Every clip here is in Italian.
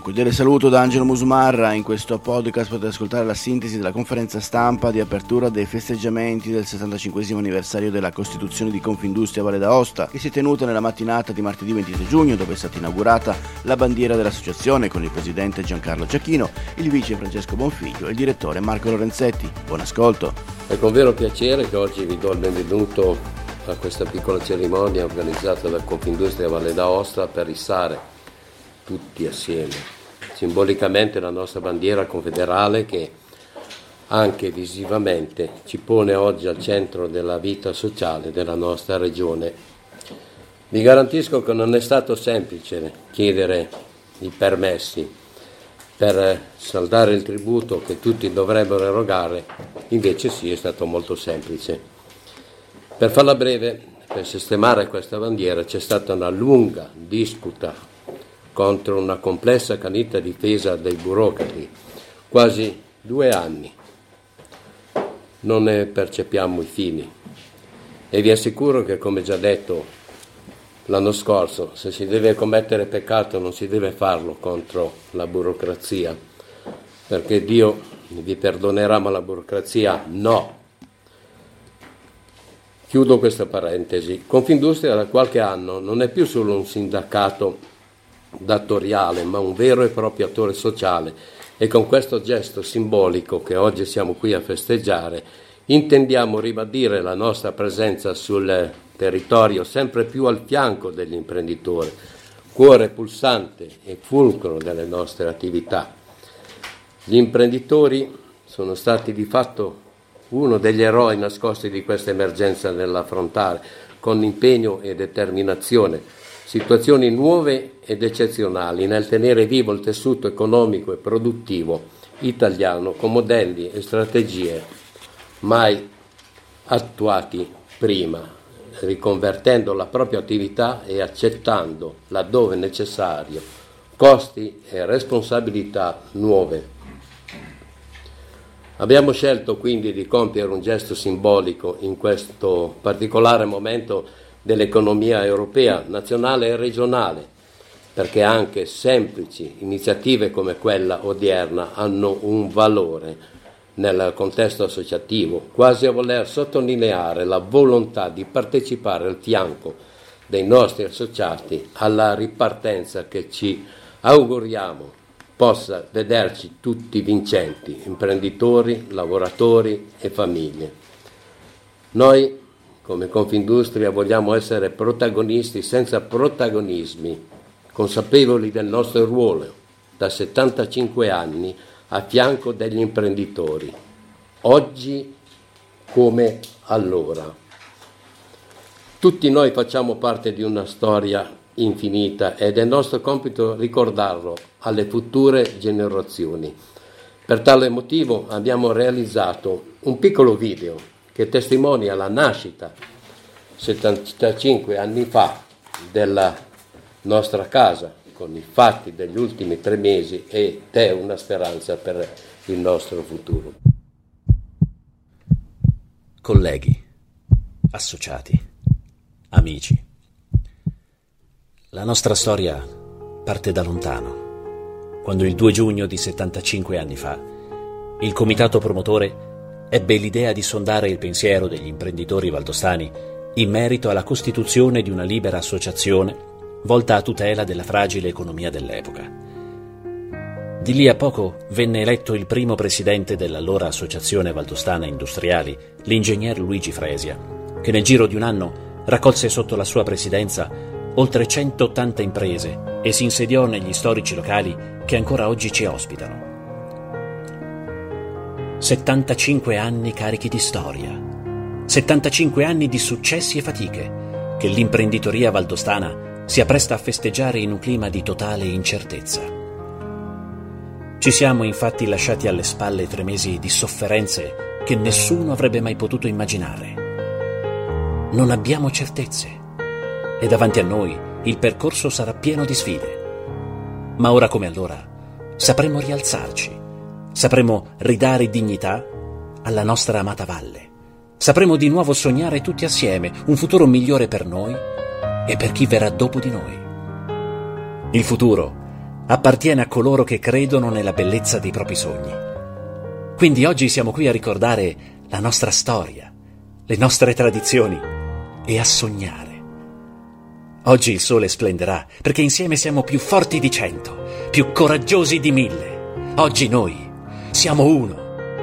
cordiale saluto da Angelo Musmarra. In questo podcast potete ascoltare la sintesi della conferenza stampa di apertura dei festeggiamenti del 75° anniversario della Costituzione di Confindustria Valle d'Aosta, che si è tenuta nella mattinata di martedì 23 giugno, dove è stata inaugurata la bandiera dell'associazione con il presidente Giancarlo Giachino, il vice Francesco Bonfiglio e il direttore Marco Lorenzetti. Buon ascolto. È con vero piacere che oggi vi do il benvenuto a questa piccola cerimonia organizzata da Confindustria Valle d'Aosta per issare tutti assieme simbolicamente la nostra bandiera confederale, che anche visivamente ci pone oggi al centro della vita sociale della nostra regione. Vi garantisco che non è stato semplice chiedere i permessi per saldare il tributo che tutti dovrebbero erogare, invece sì, è stato molto semplice. Per farla breve, per sistemare questa bandiera c'è stata una lunga disputa contro una complessa e accanita difesa dei burocrati, quasi 2 anni. Non ne percepiamo i fini e vi assicuro che, come già detto l'anno scorso, se si deve commettere peccato non si deve farlo contro la burocrazia, perché Dio vi perdonerà, ma la burocrazia no. Chiudo questa parentesi. Confindustria da qualche anno non è più solo un sindacato datoriale, ma un vero e proprio attore sociale, e con questo gesto simbolico che oggi siamo qui a festeggiare intendiamo ribadire la nostra presenza sul territorio, sempre più al fianco degli imprenditori, cuore pulsante e fulcro delle nostre attività. Gli imprenditori sono stati di fatto uno degli eroi nascosti di questa emergenza nell'affrontare con impegno e determinazione situazioni nuove ed eccezionali nel tenere vivo il tessuto economico e produttivo italiano con modelli e strategie mai attuati prima, riconvertendo la propria attività e accettando, laddove necessario, costi e responsabilità nuove. Abbiamo scelto quindi di compiere un gesto simbolico in questo particolare momento dell'economia europea, nazionale e regionale, perché anche semplici iniziative come quella odierna hanno un valore nel contesto associativo, quasi a voler sottolineare la volontà di partecipare al fianco dei nostri associati alla ripartenza che ci auguriamo possa vederci tutti vincenti, imprenditori, lavoratori e famiglie. Noi come Confindustria vogliamo essere protagonisti senza protagonismi, consapevoli del nostro ruolo da 75 anni a fianco degli imprenditori, oggi come allora. Tutti noi facciamo parte di una storia infinita ed è nostro compito ricordarlo alle future generazioni. Per tale motivo abbiamo realizzato un piccolo video che testimonia la nascita 75 anni fa della nostra casa, con i fatti degli ultimi 3 mesi, ed è una speranza per il nostro futuro. Colleghi, associati, amici, la nostra storia parte da lontano, quando il 2 giugno di 75 anni fa il comitato promotore ebbe l'idea di sondare il pensiero degli imprenditori valdostani in merito alla costituzione di una libera associazione volta a tutela della fragile economia dell'epoca. Di lì a poco venne eletto il primo presidente dell'allora Associazione Valdostana Industriali, l'ingegner Luigi Fresia, che nel giro di un anno raccolse sotto la sua presidenza oltre 180 imprese e si insediò negli storici locali che ancora oggi ci ospitano. 75 anni carichi di storia, 75 anni di successi e fatiche che l'imprenditoria valdostana si appresta a festeggiare in un clima di totale incertezza. Ci siamo infatti lasciati alle spalle 3 mesi di sofferenze che nessuno avrebbe mai potuto immaginare. Non abbiamo certezze e davanti a noi il percorso sarà pieno di sfide. Ma ora come allora sapremo rialzarci. Sapremo ridare dignità alla nostra amata valle. Sapremo di nuovo sognare tutti assieme un futuro migliore per noi e per chi verrà dopo di noi. Il futuro appartiene a coloro che credono nella bellezza dei propri sogni. Quindi oggi siamo qui a ricordare la nostra storia, le nostre tradizioni e a sognare. Oggi il sole splenderà perché insieme siamo più forti di 100, più coraggiosi di 1000. Oggi noi siamo uno.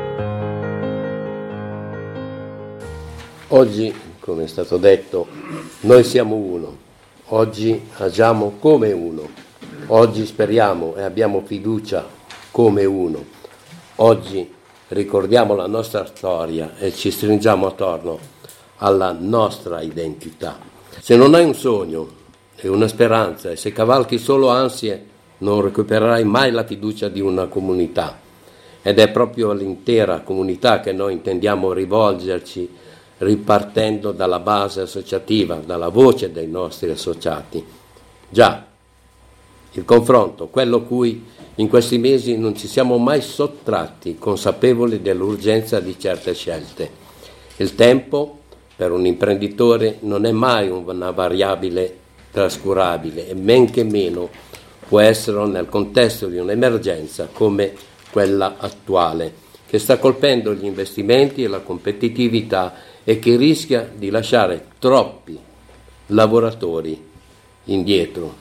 Oggi, come è stato detto, noi siamo uno. Oggi agiamo come uno. Oggi speriamo e abbiamo fiducia come uno. Oggi ricordiamo la nostra storia e ci stringiamo attorno alla nostra identità. Se non hai un sogno e una speranza e se cavalchi solo ansie, non recupererai mai la fiducia di una comunità. Ed è proprio all'intera comunità che noi intendiamo rivolgerci, ripartendo dalla base associativa, dalla voce dei nostri associati. Già, il confronto, quello cui in questi mesi non ci siamo mai sottratti, consapevoli dell'urgenza di certe scelte. Il tempo, per un imprenditore, non è mai una variabile trascurabile e men che meno può essere nel contesto di un'emergenza come quella attuale, che sta colpendo gli investimenti e la competitività e che rischia di lasciare troppi lavoratori indietro.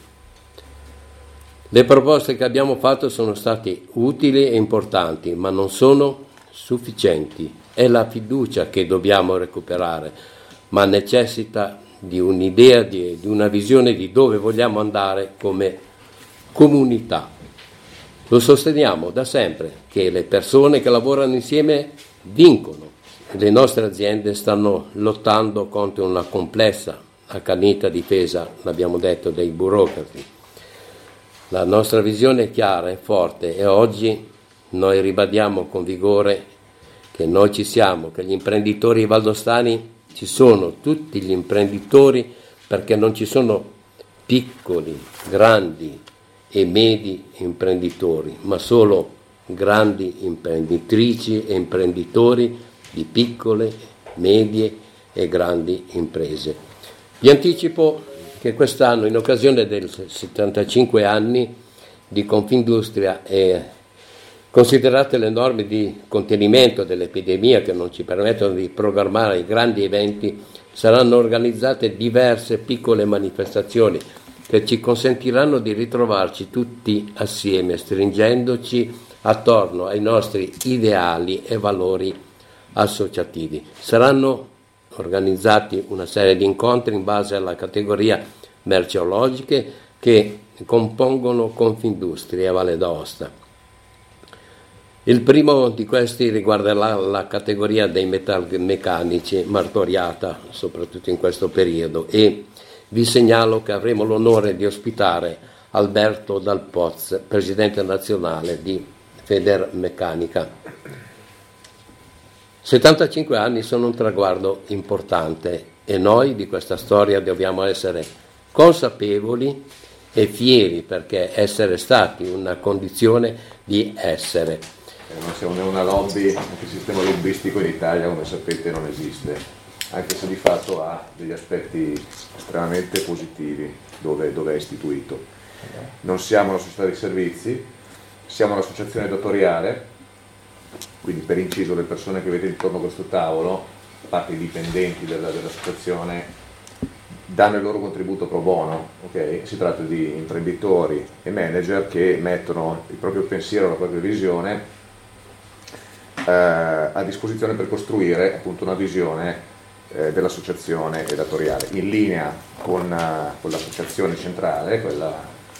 Le proposte che abbiamo fatto sono state utili e importanti, ma non sono sufficienti. È la fiducia che dobbiamo recuperare, ma necessita di un'idea, di una visione di dove vogliamo andare come comunità. Lo sosteniamo da sempre che le persone che lavorano insieme vincono. Le nostre aziende stanno lottando contro una complessa, accanita difesa, l'abbiamo detto, dei burocrati. La nostra visione è chiara e forte e oggi noi ribadiamo con vigore che noi ci siamo, che gli imprenditori valdostani ci sono, tutti gli imprenditori, perché non ci sono piccoli, grandi e medi imprenditori, ma solo grandi imprenditrici e imprenditori di piccole, medie e grandi imprese. Vi anticipo che quest'anno, in occasione dei 75 anni di Confindustria e considerate le norme di contenimento dell'epidemia che non ci permettono di programmare i grandi eventi, saranno organizzate diverse piccole manifestazioni che ci consentiranno di ritrovarci tutti assieme, stringendoci attorno ai nostri ideali e valori associativi. Saranno organizzati una serie di incontri in base alla categoria merceologiche che compongono Confindustria e Valle d'Aosta. Il primo di questi riguarderà la categoria dei metalmeccanici, martoriata soprattutto in questo periodo, e vi segnalo che avremo l'onore di ospitare Alberto Dal Poz, presidente nazionale di Federmeccanica. 75 anni sono un traguardo importante e noi di questa storia dobbiamo essere consapevoli e fieri, perché essere stati una condizione di essere. Non siamo una lobby, anche il sistema lobbistico in Italia, come sapete, non esiste, anche se di fatto ha degli aspetti estremamente positivi dove è istituito. Non siamo una società di servizi, siamo un'associazione datoriale, quindi per inciso le persone che vedete intorno a questo tavolo, a parte i dipendenti dell'associazione, danno il loro contributo pro bono, okay? Si tratta di imprenditori e manager che mettono il proprio pensiero, la propria visione a disposizione per costruire appunto una visione dell'associazione datoriale, in linea con l'associazione centrale, quella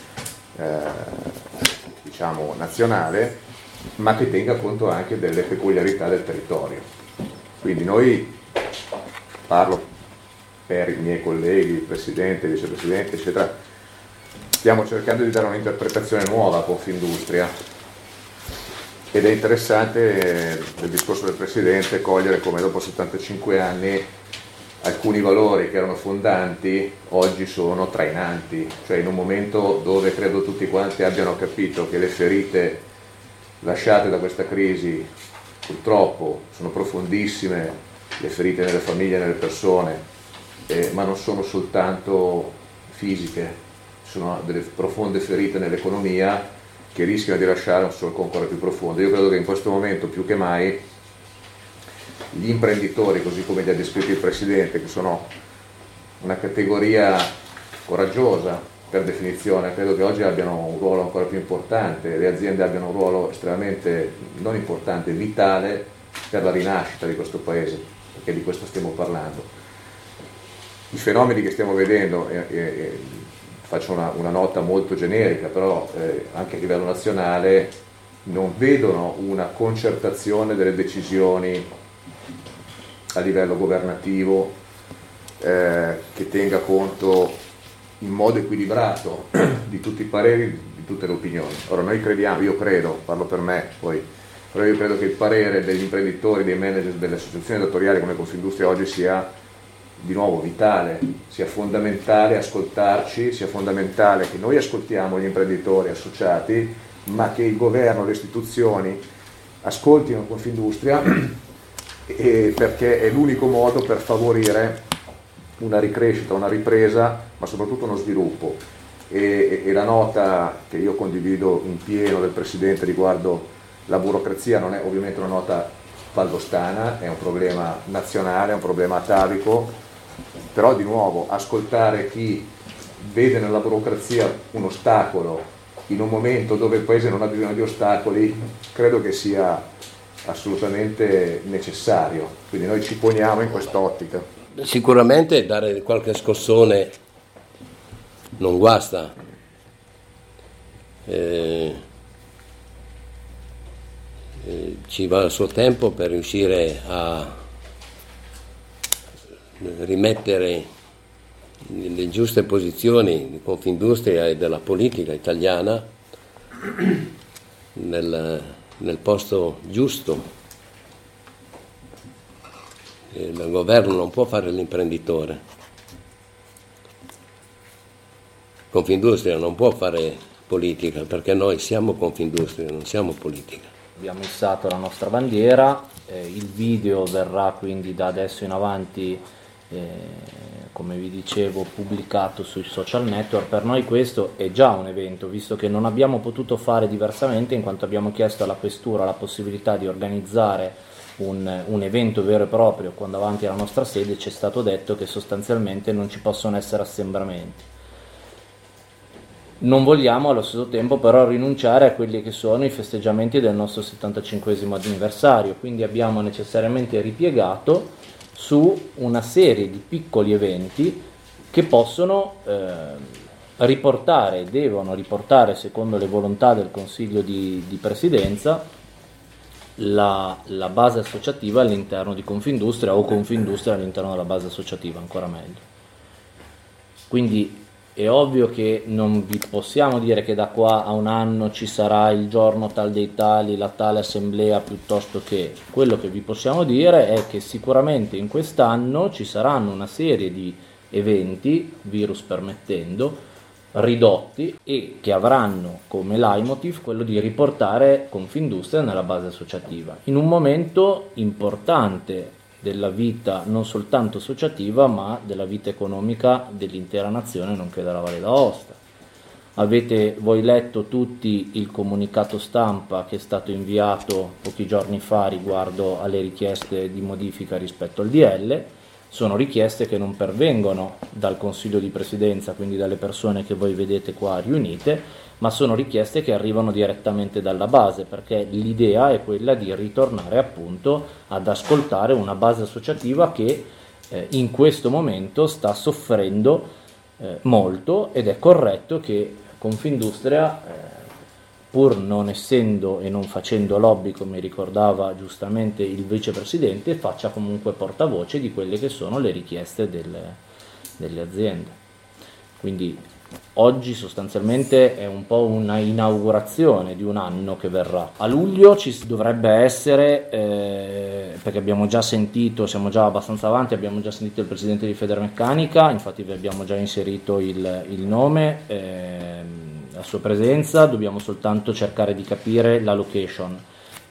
diciamo nazionale, ma che tenga conto anche delle peculiarità del territorio. Quindi noi, parlo per i miei colleghi, presidente, vicepresidente, eccetera, stiamo cercando di dare un'interpretazione nuova a Confindustria, ed è interessante del discorso del presidente cogliere come dopo 75 anni alcuni valori che erano fondanti oggi sono trainanti, cioè in un momento dove credo tutti quanti abbiano capito che le ferite lasciate da questa crisi purtroppo sono profondissime, le ferite nelle famiglie e nelle persone, ma non sono soltanto fisiche, sono delle profonde ferite nell'economia che rischiano di lasciare un solco ancora più profondo. Io credo che in questo momento più che mai gli imprenditori, così come li ha descritti il Presidente, che sono una categoria coraggiosa per definizione, credo che oggi abbiano un ruolo ancora più importante, le aziende abbiano un ruolo estremamente, non importante, vitale per la rinascita di questo Paese, perché di questo stiamo parlando. I fenomeni che stiamo vedendo, faccio una nota molto generica, però anche a livello nazionale, non vedono una concertazione delle decisioni a livello governativo che tenga conto in modo equilibrato di tutti i pareri, di tutte le opinioni. Ora noi crediamo, io credo, parlo per me poi, però io credo che il parere degli imprenditori, dei manager, delle associazioni datoriali come Confindustria oggi sia di nuovo vitale, sia fondamentale ascoltarci, sia fondamentale che noi ascoltiamo gli imprenditori associati, ma che il governo, le istituzioni ascoltino Confindustria, perché è l'unico modo per favorire una ricrescita, una ripresa, ma soprattutto uno sviluppo. E la nota che io condivido in pieno del Presidente riguardo la burocrazia non è ovviamente una nota valdostana, è un problema nazionale, è un problema atavico, però di nuovo ascoltare chi vede nella burocrazia un ostacolo in un momento dove il Paese non ha bisogno di ostacoli, credo che sia assolutamente necessario, quindi noi ci poniamo in quest'ottica. Sicuramente dare qualche scossone non guasta, ci va il suo tempo per riuscire a rimettere le giuste posizioni di Confindustria e della politica italiana nel posto giusto. Il governo non può fare l'imprenditore, Confindustria non può fare politica, perché noi siamo Confindustria, non siamo politica. Abbiamo issato la nostra bandiera, il video verrà quindi da adesso in avanti, come vi dicevo, pubblicato sui social network. Per noi questo è già un evento, visto che non abbiamo potuto fare diversamente, in quanto abbiamo chiesto alla Questura la possibilità di organizzare un evento vero e proprio quando davanti alla nostra sede ci è stato detto che sostanzialmente non ci possono essere assembramenti. Non vogliamo allo stesso tempo però rinunciare a quelli che sono i festeggiamenti del nostro 75esimo anniversario, quindi abbiamo necessariamente ripiegato su una serie di piccoli eventi che possono devono riportare secondo le volontà del Consiglio di Presidenza la base associativa all'interno di Confindustria o Confindustria all'interno della base associativa, ancora meglio. Quindi è ovvio che non vi possiamo dire che da qua a un anno ci sarà il giorno tal dei tali, la tale assemblea, piuttosto che quello che vi possiamo dire è che sicuramente in quest'anno ci saranno una serie di eventi, virus permettendo, ridotti e che avranno come leitmotiv quello di riportare Confindustria nella base associativa in un momento importante della vita non soltanto associativa ma della vita economica dell'intera nazione nonché della Valle d'Aosta. Avete voi letto tutti il comunicato stampa che è stato inviato pochi giorni fa riguardo alle richieste di modifica rispetto al DL. Sono richieste che non pervengono dal Consiglio di Presidenza, quindi dalle persone che voi vedete qua riunite, ma sono richieste che arrivano direttamente dalla base, perché l'idea è quella di ritornare appunto ad ascoltare una base associativa che in questo momento sta soffrendo molto, ed è corretto che Confindustria, pur non essendo e non facendo lobby, come ricordava giustamente il vicepresidente, faccia comunque portavoce di quelle che sono le richieste delle aziende. Quindi oggi sostanzialmente è un po' una inaugurazione di un anno che verrà. A luglio ci dovrebbe essere, perché abbiamo già sentito, siamo già abbastanza avanti, abbiamo già sentito il presidente di Federmeccanica, infatti vi abbiamo già inserito il nome, la sua presenza, dobbiamo soltanto cercare di capire la location.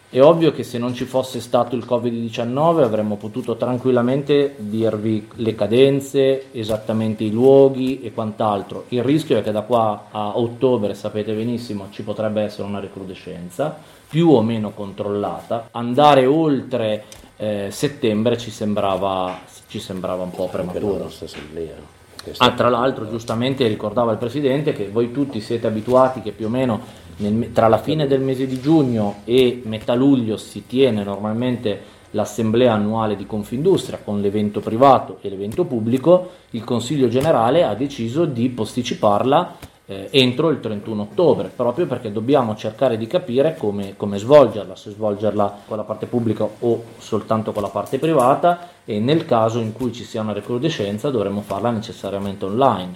È ovvio che se non ci fosse stato il Covid-19 avremmo potuto tranquillamente dirvi le cadenze, esattamente i luoghi e quant'altro. Il rischio è che da qua a ottobre, sapete benissimo, ci potrebbe essere una recrudescenza più o meno controllata. Andare oltre settembre ci sembrava un po' prematuro. Tra l'altro giustamente ricordava il Presidente che voi tutti siete abituati che più o meno tra la fine del mese di giugno e metà luglio si tiene normalmente l'assemblea annuale di Confindustria con l'evento privato e l'evento pubblico. Il Consiglio Generale ha deciso di posticiparla entro il 31 ottobre, proprio perché dobbiamo cercare di capire come svolgerla, se svolgerla con la parte pubblica o soltanto con la parte privata, e nel caso in cui ci sia una recrudescenza dovremo farla necessariamente online.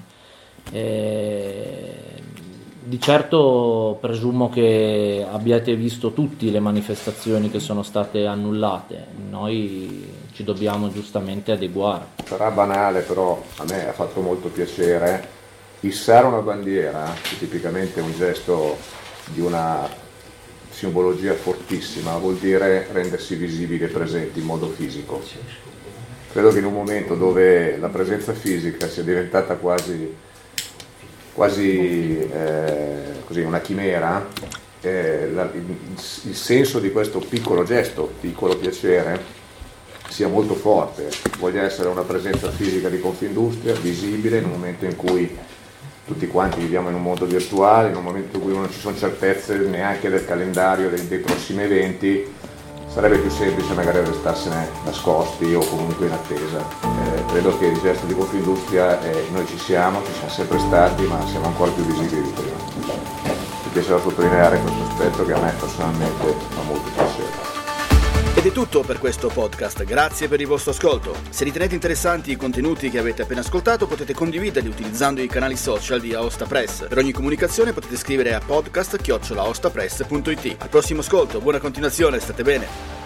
Di certo presumo che abbiate visto tutti le manifestazioni che sono state annullate, noi ci dobbiamo giustamente adeguare. Sarà banale, però a me ha fatto molto piacere issare una bandiera, che tipicamente è un gesto di una simbologia fortissima, vuol dire rendersi visibili e presenti in modo fisico. Credo che in un momento dove la presenza fisica sia diventata quasi così una chimera, il senso di questo piccolo gesto, piccolo piacere, sia molto forte. Voglia essere una presenza fisica di Confindustria, visibile in un momento in cui tutti quanti viviamo in un mondo virtuale, in un momento in cui non ci sono certezze neanche del calendario dei prossimi eventi. Sarebbe più semplice magari restarsene nascosti o comunque in attesa. Credo che il gesto di Confindustria, noi ci siamo sempre stati, ma siamo ancora più visibili di prima. Mi piaceva sottolineare questo aspetto che a me personalmente fa molto piacere. Ed è tutto per questo podcast, grazie per il vostro ascolto. Se ritenete interessanti i contenuti che avete appena ascoltato potete condividerli utilizzando i canali social di Aosta Press. Per ogni comunicazione potete scrivere a podcast@aostapress.it. Al prossimo ascolto, buona continuazione, state bene.